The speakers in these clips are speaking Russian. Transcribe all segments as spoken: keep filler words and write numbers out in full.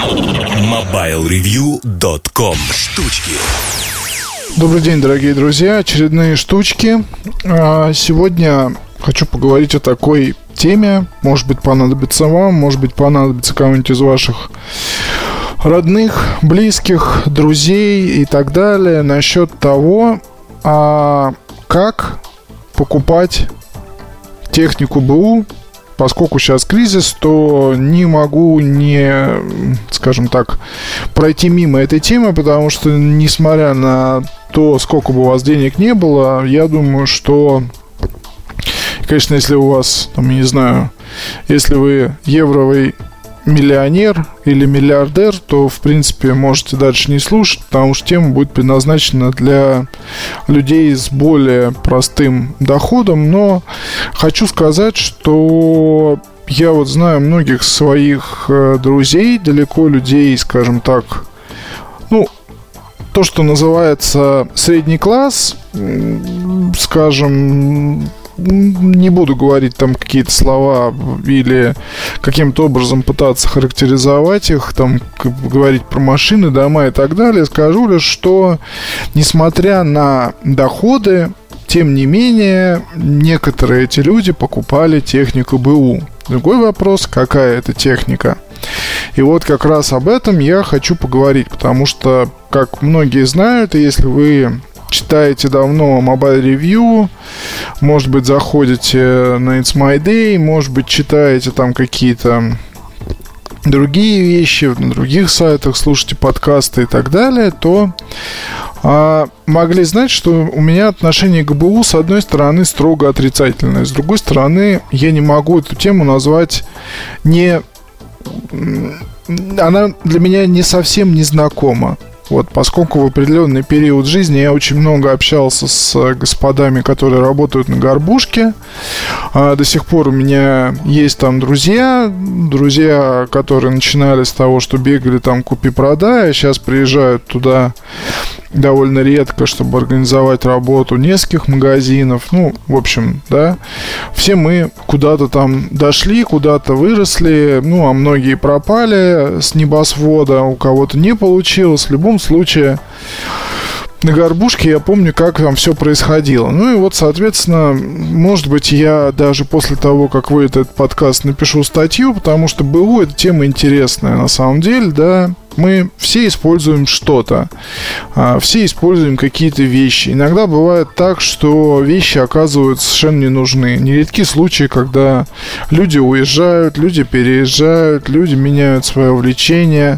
мобайл ревью точка ком. Штучки. Добрый день, дорогие друзья. Очередные штучки. Сегодня хочу поговорить о такой теме. Может быть, понадобится вам, может быть, понадобится кому-нибудь из ваших родных, близких, друзей и так далее. Насчет того, а как покупать технику БУ. Поскольку сейчас кризис, то не могу не, скажем так, пройти мимо этой темы, потому что, несмотря на то, сколько бы у вас денег не было, я думаю, что, конечно, если у вас, там, я не знаю, если вы евровый миллионер или миллиардер, то, в принципе, можете дальше не слушать, потому что тема будет предназначена для людей с более простым доходом. Но хочу сказать, что я вот знаю многих своих друзей, далеко людей, скажем так, ну, то, что называется средний класс, скажем, не буду говорить там какие-то слова или каким-то образом пытаться характеризовать их, там, говорить про машины, дома и так далее. Скажу лишь, что несмотря на доходы, тем не менее, некоторые эти люди покупали технику БУ. Другой вопрос, какая это техника. И вот как раз об этом я хочу поговорить, потому что, как многие знают, если вы читаете давно Mobile Review, может быть, заходите на It's My Day, может быть, читаете там какие-то другие вещи на других сайтах, слушаете подкасты и так далее, то а, могли знать, что у меня отношение к БУ, с одной стороны, строго отрицательное, с другой стороны, я не могу эту тему назвать не... Она для меня не совсем незнакома. Вот, поскольку в определенный период жизни я очень много общался с господами, которые работают на горбушке. а, До сих пор у меня есть там друзья Друзья, которые начинали с того, что бегали там купи-продай, а сейчас приезжают туда довольно редко, чтобы организовать работу нескольких магазинов. Ну, в общем, да, все мы куда-то там дошли, куда-то выросли. Ну, а многие пропали с небосвода, у кого-то не получилось. В любом случае, на горбушке я помню, как там все происходило. Ну и вот, соответственно, может быть, я даже после того, как выйдет этот подкаст, напишу статью, потому что БУ — это тема интересная на самом деле, да. Мы все используем что-то, все используем какие-то вещи. Иногда бывает так, что вещи оказываются совершенно не нужны. Нередки случаи, когда люди уезжают, люди переезжают, люди меняют свое увлечение.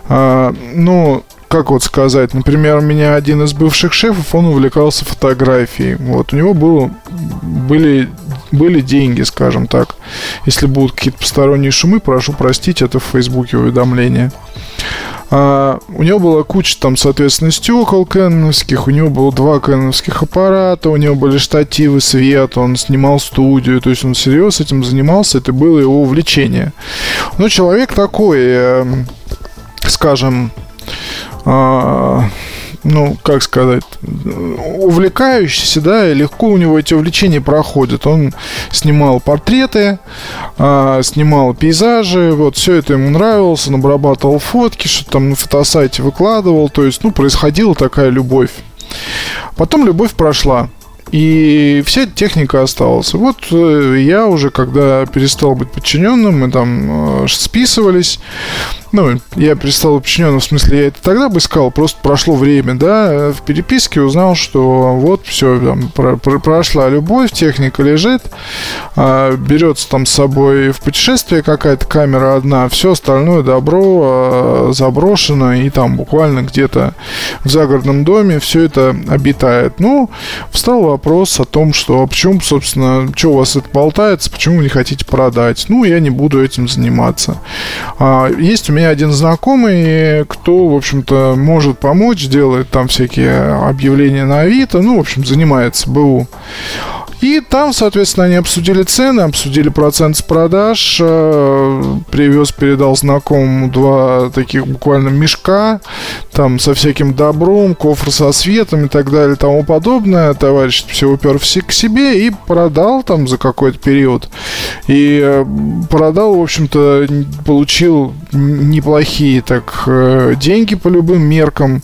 Ну, как вот сказать, например, у меня один из бывших шефов, он увлекался фотографией. Вот, у него было, были, были деньги, скажем так. Если будут какие-то посторонние шумы, прошу простить, это в Фейсбуке уведомления. А, у него была куча там, соответственно, стекол кэноновских, у него было два кэноновских аппарата, у него были штативы, свет, он снимал студию, то есть он серьезно этим занимался, это было его увлечение. Но человек такой, э, скажем, э, ну, как сказать, увлекающийся, да, и легко у него эти увлечения проходят. Он снимал портреты, а, снимал пейзажи, вот, все это ему нравилось, он обрабатывал фотки, что-то там на фотосайте выкладывал, то есть, ну, происходила такая любовь. Потом любовь прошла, и вся эта техника осталась. Вот я уже, когда перестал быть подчиненным, мы там списывались. Ну, я перестал быть подчиненным, в смысле, я это тогда бы искал, просто прошло время, да. В переписке узнал, что вот все, там, про- про- прошла любовь, техника лежит, а, берется там с собой в путешествие какая-то камера одна, все остальное добро а, заброшено, и там буквально где-то в загородном доме все это обитает. Ну, встал вопрос о том, что почему, собственно, что у вас это болтается, почему вы не хотите продать. Ну, я не буду этим заниматься. а, Есть у меня один знакомый, кто, в общем-то, может помочь, делает там всякие объявления на Авито, ну, в общем, занимается БУ. И там, соответственно, они обсудили цены, обсудили процент с продаж. Привез, передал знакомому два таких буквально мешка, там со всяким добром, кофр со светом и так далее и тому подобное. Товарищ все упер все к себе и продал там за какой-то период. И продал, в общем-то, получил неплохие так деньги по любым меркам.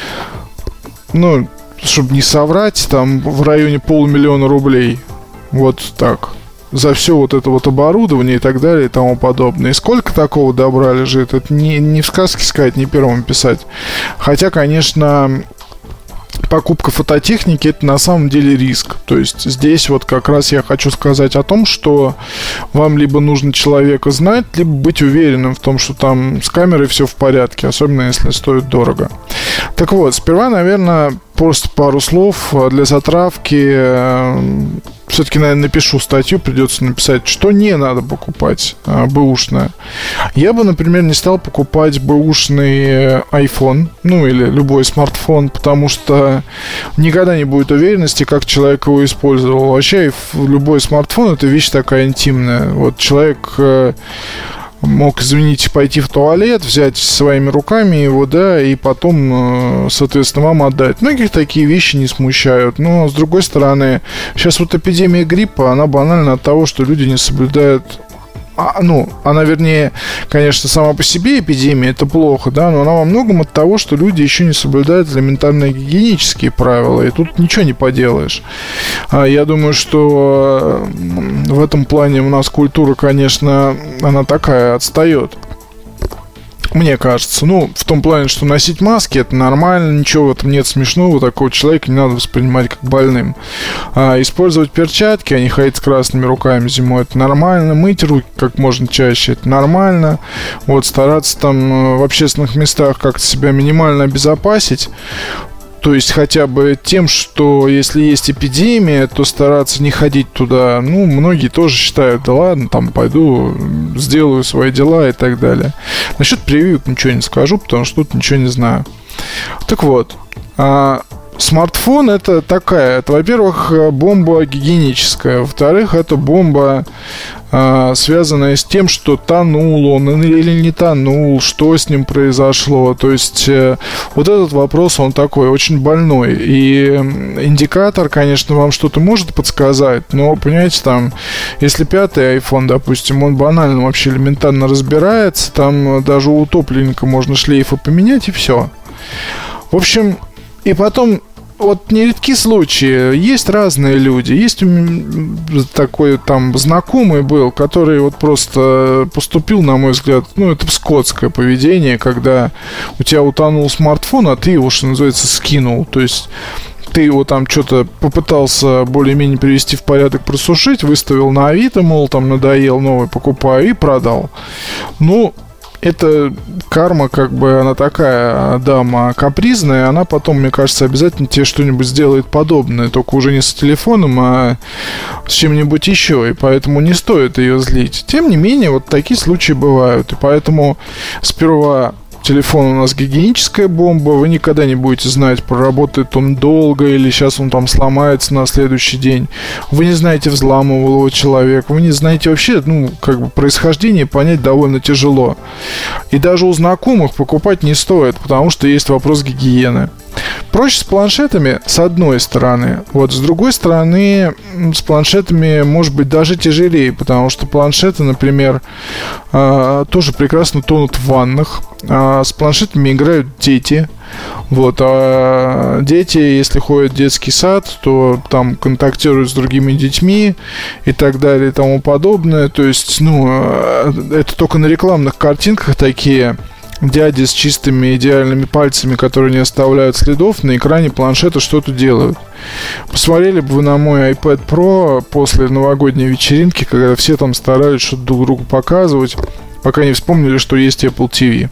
Ну, чтобы не соврать, там в районе полумиллиона рублей. Вот так. За все вот это вот оборудование и так далее и тому подобное. И сколько такого добра лежит, это не, не в сказке сказать, не первым писать. Хотя, конечно, покупка фототехники — это на самом деле риск. То есть здесь вот как раз я хочу сказать о том, что вам либо нужно человека знать, либо быть уверенным в том, что там с камерой все в порядке, особенно если стоит дорого. Так вот, сперва, наверное, просто пару слов для затравки. Все-таки, наверное, напишу статью, придется написать, что не надо покупать а, бэушное. Я бы, например, не стал покупать бэушный iPhone, ну или любой смартфон, потому что никогда не будет уверенности, как человек его использовал. Вообще, любой смартфон — это вещь такая интимная. Вот человек мог, извините, пойти в туалет, взять своими руками его, да, и потом, соответственно, вам отдать. Многих такие вещи не смущают. Но, с другой стороны, сейчас вот эпидемия гриппа, она банальна от того, что люди не соблюдают... А, ну, она, вернее, конечно, сама по себе эпидемия, это плохо, да, но она во многом от того, что люди еще не соблюдают элементарные гигиенические правила, и тут ничего не поделаешь. А, я думаю, что в этом плане у нас культура, конечно, она такая, отстает. Мне кажется, ну, в том плане, что носить маски — это нормально, ничего в этом нет смешного, такого человека не надо воспринимать как больным. А использовать перчатки, а не ходить с красными руками зимой — это нормально. Мыть руки как можно чаще — это нормально. Вот, стараться там в общественных местах как-то себя минимально обезопасить. То есть хотя бы тем, что если есть эпидемия, то стараться не ходить туда. Ну, многие тоже считают, да ладно, там пойду, сделаю свои дела и так далее. Насчет прививок ничего не скажу, потому что тут ничего не знаю. Так вот, а смартфон — это такая, это, во-первых, бомба гигиеническая, во-вторых, это бомба, а, связанная с тем, что тонул он или не тонул, что с ним произошло. То есть э, вот этот вопрос, он такой очень больной. И индикатор, конечно, вам что-то может подсказать, но, понимаете, там, если пятый iPhone, допустим, он банально вообще элементарно разбирается, там даже у утопленника можно шлейфы поменять, и все. В общем, и потом, вот нередки случаи, есть разные люди. Есть такой там знакомый был, который вот просто поступил, на мой взгляд, ну, это скотское поведение, когда у тебя утонул смартфон, а ты его, что называется, скинул. То есть ты его там что-то попытался более-менее привести в порядок, просушить, выставил на Авито, мол, там надоел, новый покупаю, и продал. Ну, это карма, как бы, она такая дама капризная, она потом, мне кажется, обязательно тебе что-нибудь сделает подобное, только уже не с телефоном, а с чем-нибудь еще, и поэтому не стоит ее злить. Тем не менее, вот такие случаи бывают, и поэтому сперва телефон у нас гигиеническая бомба, вы никогда не будете знать, проработает он долго или сейчас он там сломается на следующий день. Вы не знаете, взламывал его человек, вы не знаете вообще, ну, как бы происхождение понять довольно тяжело. И даже у знакомых покупать не стоит, потому что есть вопрос гигиены. Проще с планшетами, с одной стороны. Вот, с другой стороны, с планшетами может быть даже тяжелее, потому что планшеты, например, тоже прекрасно тонут в ваннах. А с планшетами играют дети. Вот, а дети, если ходят в детский сад, то там контактируют с другими детьми и так далее и тому подобное. То есть, ну, это только на рекламных картинках такие дяди с чистыми идеальными пальцами, которые не оставляют следов, на экране планшета что-то делают. Посмотрели бы вы на мой iPad Pro после новогодней вечеринки, когда все там старались что-то друг другу показывать, пока не вспомнили, что есть Apple ти ви.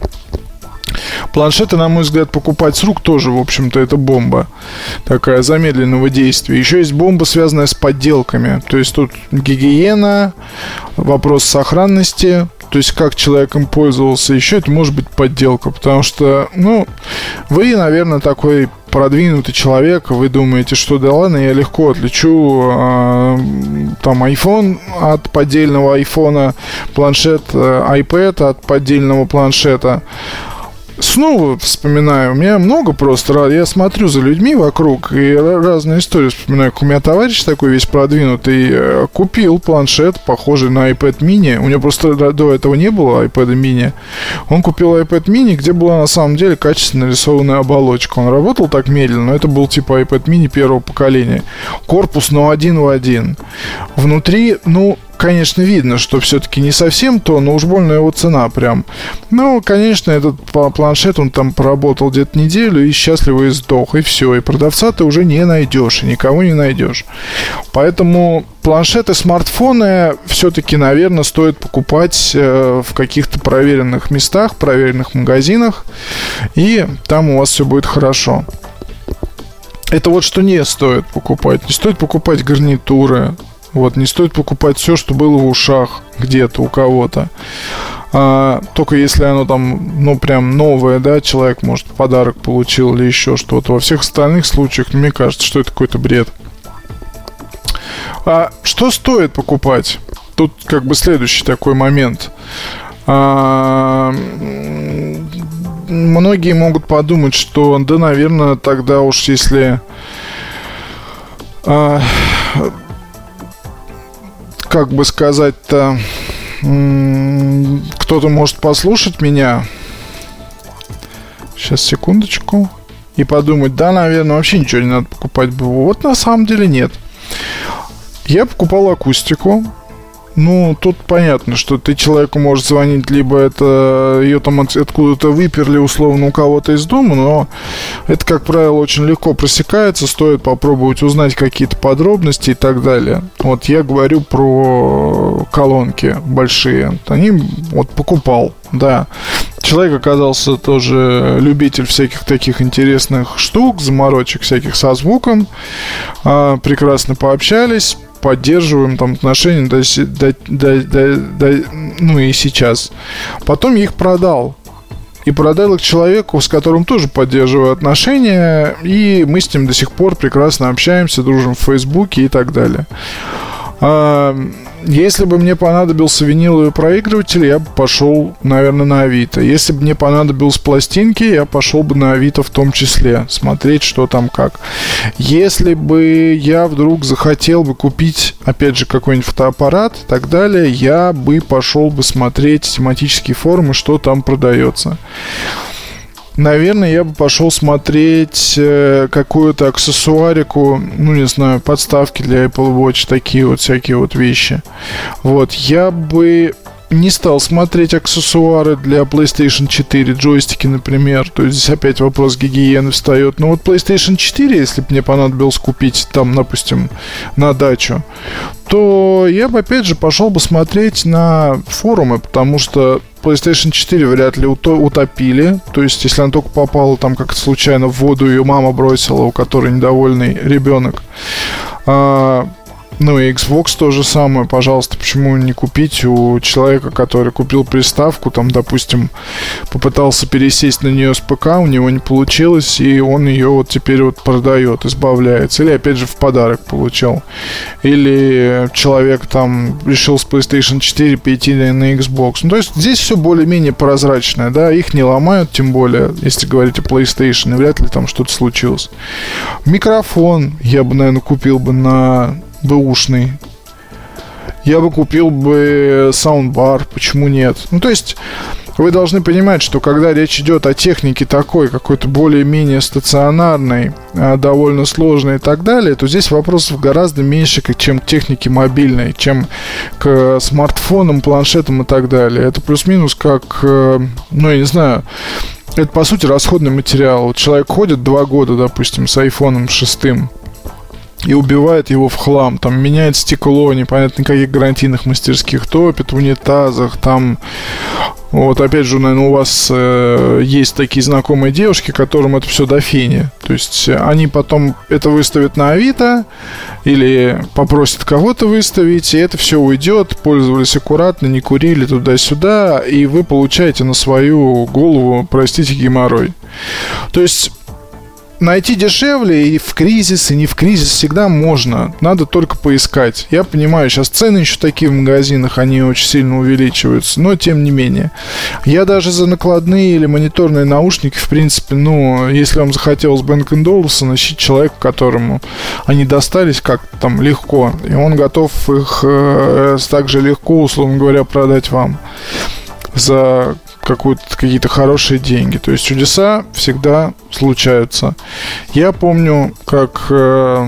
Планшеты, на мой взгляд, покупать с рук тоже, в общем-то, это бомба такая замедленного действия. Еще есть бомба, связанная с подделками. То есть тут гигиена, вопрос сохранности, то есть как человек им пользовался. Еще это может быть подделка, потому что, ну, вы, наверное, такой продвинутый человек, вы думаете, что да ладно, я легко отличу э, там iPhone от поддельного айфона, планшет, э, iPad от поддельного планшета. Снова вспоминаю, у меня много просто, я смотрю за людьми вокруг и разные истории вспоминаю. У меня товарищ такой весь продвинутый купил планшет, похожий на iPad mini. У него просто до этого не было iPad mini. Он купил iPad mini, где была на самом деле качественно нарисованная оболочка. Он работал так медленно, но это был типа iPad mini первого поколения. Корпус, ну, один в один. Внутри, ну, конечно, видно, что все-таки не совсем то, но уж больно его цена прям. Ну, конечно, этот планшет, он там поработал где-то неделю и счастливо и сдох, и все. И продавца ты уже не найдешь, и никого не найдешь. Поэтому планшеты, смартфоны все-таки, наверное, стоит покупать э, в каких-то проверенных местах, проверенных магазинах, и там у вас все будет хорошо. Это вот что не стоит покупать. Не стоит покупать гарнитуры. Вот, не стоит покупать все, что было в ушах где-то у кого-то. А, только если оно там, ну, прям новое, да, человек, может, подарок получил или еще что-то. Во всех остальных случаях, мне кажется, что это какой-то бред. А что стоит покупать? Тут как бы следующий такой момент. А, многие могут подумать, что, да, наверное, тогда уж если... А, как бы сказать-то, кто-то может послушать меня. Сейчас, секундочку. И подумать, да, наверное, вообще ничего не надо покупать было. Вот на самом деле нет. Я покупал акустику. Ну, тут понятно, что ты человеку можешь звонить, либо это ее там откуда-то выперли условно у кого-то из дома, но это, как правило, очень легко просекается, стоит попробовать узнать какие-то подробности и так далее. Вот я говорю про колонки большие. Они вот покупал, да. Человек оказался тоже любитель всяких таких интересных штук, заморочек всяких со звуком. а, Прекрасно пообщались, поддерживаем там отношения до, до, до, до, до, ну и сейчас. Потом я их продал. И продал их человеку, с которым тоже поддерживаю отношения. И мы с ним до сих пор прекрасно общаемся, дружим в Фейсбуке и так далее. а, Если бы мне понадобился виниловый проигрыватель, я бы пошел, наверное, на Авито. Если бы мне понадобились пластинки, я пошел бы на Авито в том числе, смотреть, что там как. Если бы я вдруг захотел бы купить, опять же, какой-нибудь фотоаппарат и так далее, я бы пошел бы смотреть тематические форумы, что там продается. Наверное, я бы пошел смотреть э, какую-то аксессуарику, ну, не знаю, подставки для Apple Watch, такие вот всякие вот вещи. Вот, я бы не стал смотреть аксессуары для PlayStation четыре, джойстики, например. То есть здесь опять вопрос гигиены встает. Но вот PlayStation четыре, если бы мне понадобилось купить там, допустим, на дачу, то я бы опять же пошел бы смотреть на форумы, потому что PlayStation четыре вряд ли утопили. То есть, если она только попала там как-то случайно в воду, ее мама бросила, у которой недовольный ребенок. А, ну и Xbox то же самое, пожалуйста, почему не купить у человека, который купил приставку, там, допустим, попытался пересесть на нее с ПК, у него не получилось, и он ее вот теперь вот продает, избавляется. Или, опять же, в подарок получил. Или человек там решил с PlayStation четыре перейти на Xbox. Ну, то есть, здесь все более-менее прозрачное, да, их не ломают, тем более, если говорить о PlayStation, и вряд ли там что-то случилось. Микрофон я бы, наверное, купил бы на... бэушный. Я бы купил бы саундбар, почему нет? Ну, то есть, вы должны понимать, что когда речь идет о технике такой, какой-то более-менее стационарной, довольно сложной и так далее, то здесь вопросов гораздо меньше, чем к технике мобильной, чем к смартфонам, планшетам и так далее. Это плюс-минус как, ну, я не знаю, это, по сути, расходный материал. Вот человек ходит два года, допустим, с айфоном шестым, и убивает его в хлам. Там меняет стекло, непонятно каких гарантийных мастерских, топит в унитазах. Там, вот опять же, наверное, у вас э, есть такие знакомые девушки, которым это все до фени. То есть они потом это выставят на Авито или попросят кого-то выставить, и это все уйдет. Пользовались аккуратно, не курили туда-сюда, и вы получаете на свою голову, простите, геморрой. То есть найти дешевле и в кризис, и не в кризис всегда можно. Надо только поискать. Я понимаю, сейчас цены еще такие в магазинах, они очень сильно увеличиваются, но тем не менее. Я даже за накладные или мониторные наушники, в принципе, ну, если вам захотелось Bang энд Olufsen, ищите человека, которому они достались как-то там легко, и он готов их э, также легко, условно говоря, продать вам за какие-то хорошие деньги. То есть чудеса всегда случаются. Я помню, как э,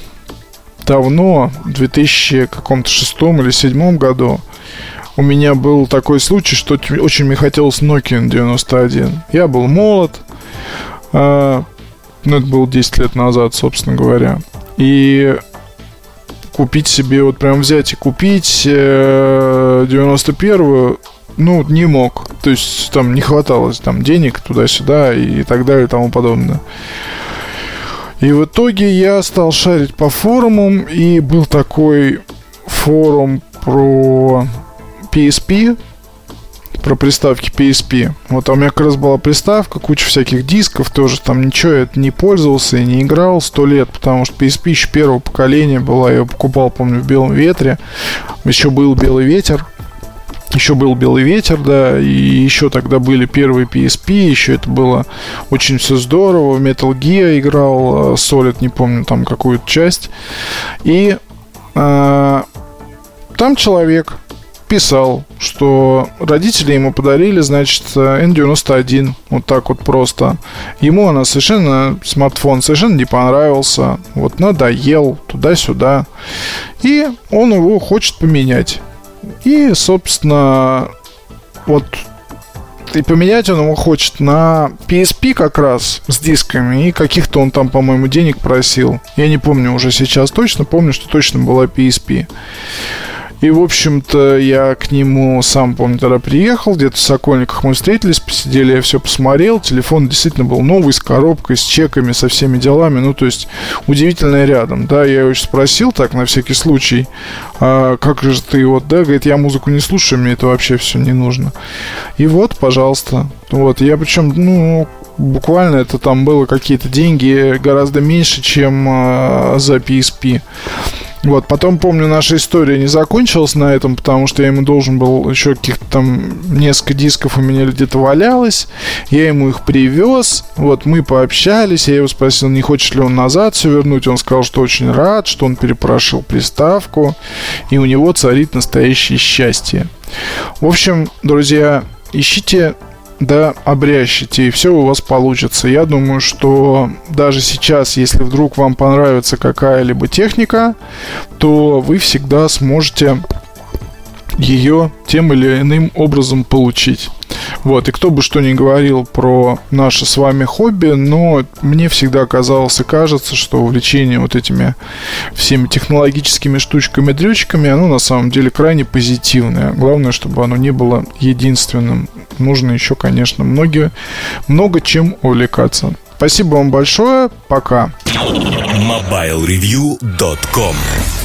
давно, в две тысячи шестом или две тысячи седьмом году, у меня был такой случай, что очень мне хотелось Nokia девяносто один. Я был молод, э, ну, это было десять лет назад, собственно говоря. И купить себе, вот прям взять и купить э, девяносто первую, ну, не мог. То есть там не хватало там денег туда-сюда и так далее и тому подобное. И в итоге я стал шарить по форумам, и был такой форум про пи эс пи, про приставки пи эс пи. Вот, а у меня как раз была приставка, куча всяких дисков, тоже там ничего я не пользовался и не играл сто лет, потому что пи эс пи еще первого поколения была, я ее покупал, помню, в Белом ветре. Еще был Белый ветер. Еще был Белый ветер, да, и еще тогда были первые пи эс пи, еще это было очень все здорово. В Metal Gear играл, Solid, не помню, там какую-то часть. И э, там человек писал, что родители ему подарили, значит, эн девяносто один, вот так вот просто. Ему она совершенно, смартфон совершенно не понравился, вот надоел туда-сюда, и он его хочет поменять. И, собственно, вот и поменять он его хочет на пи эс пи как раз с дисками. И каких-то он там, по-моему, денег просил. Я не помню уже сейчас точно. Помню, что точно была пи эс пи. И, в общем-то, я к нему сам, помню, тогда приехал. Где-то в Сокольниках мы встретились, посидели, я все посмотрел. Телефон действительно был новый, с коробкой, с чеками, со всеми делами. Ну, то есть, удивительно рядом. Да, я его спросил так, на всякий случай, а как же ты вот, да, говорит, я музыку не слушаю, мне это вообще все не нужно. И вот, пожалуйста. Вот, я причем, ну, буквально это там было какие-то деньги гораздо меньше, чем а, за пи эс пи. Вот, потом, помню, наша история не закончилась на этом, потому что я ему должен был еще каких-то там несколько дисков у меня где-то валялось. Я ему их привез, вот, мы пообщались, я его спросил, не хочет ли он назад все вернуть. Он сказал, что очень рад, что он перепрошил приставку, и у него царит настоящее счастье. В общем, друзья, ищите, да, обрящите, и все у вас получится. Я думаю, что даже сейчас, если вдруг вам понравится какая-либо техника, то вы всегда сможете ее тем или иным образом получить. Вот, и кто бы что ни говорил про наше с вами хобби, но мне всегда казалось и кажется, что увлечение вот этими всеми технологическими штучками-дрючками, оно на самом деле крайне позитивное. Главное, чтобы оно не было единственным. Нужно еще, конечно, многие, много чем увлекаться. Спасибо вам большое. Пока. мобайл ревью точка ком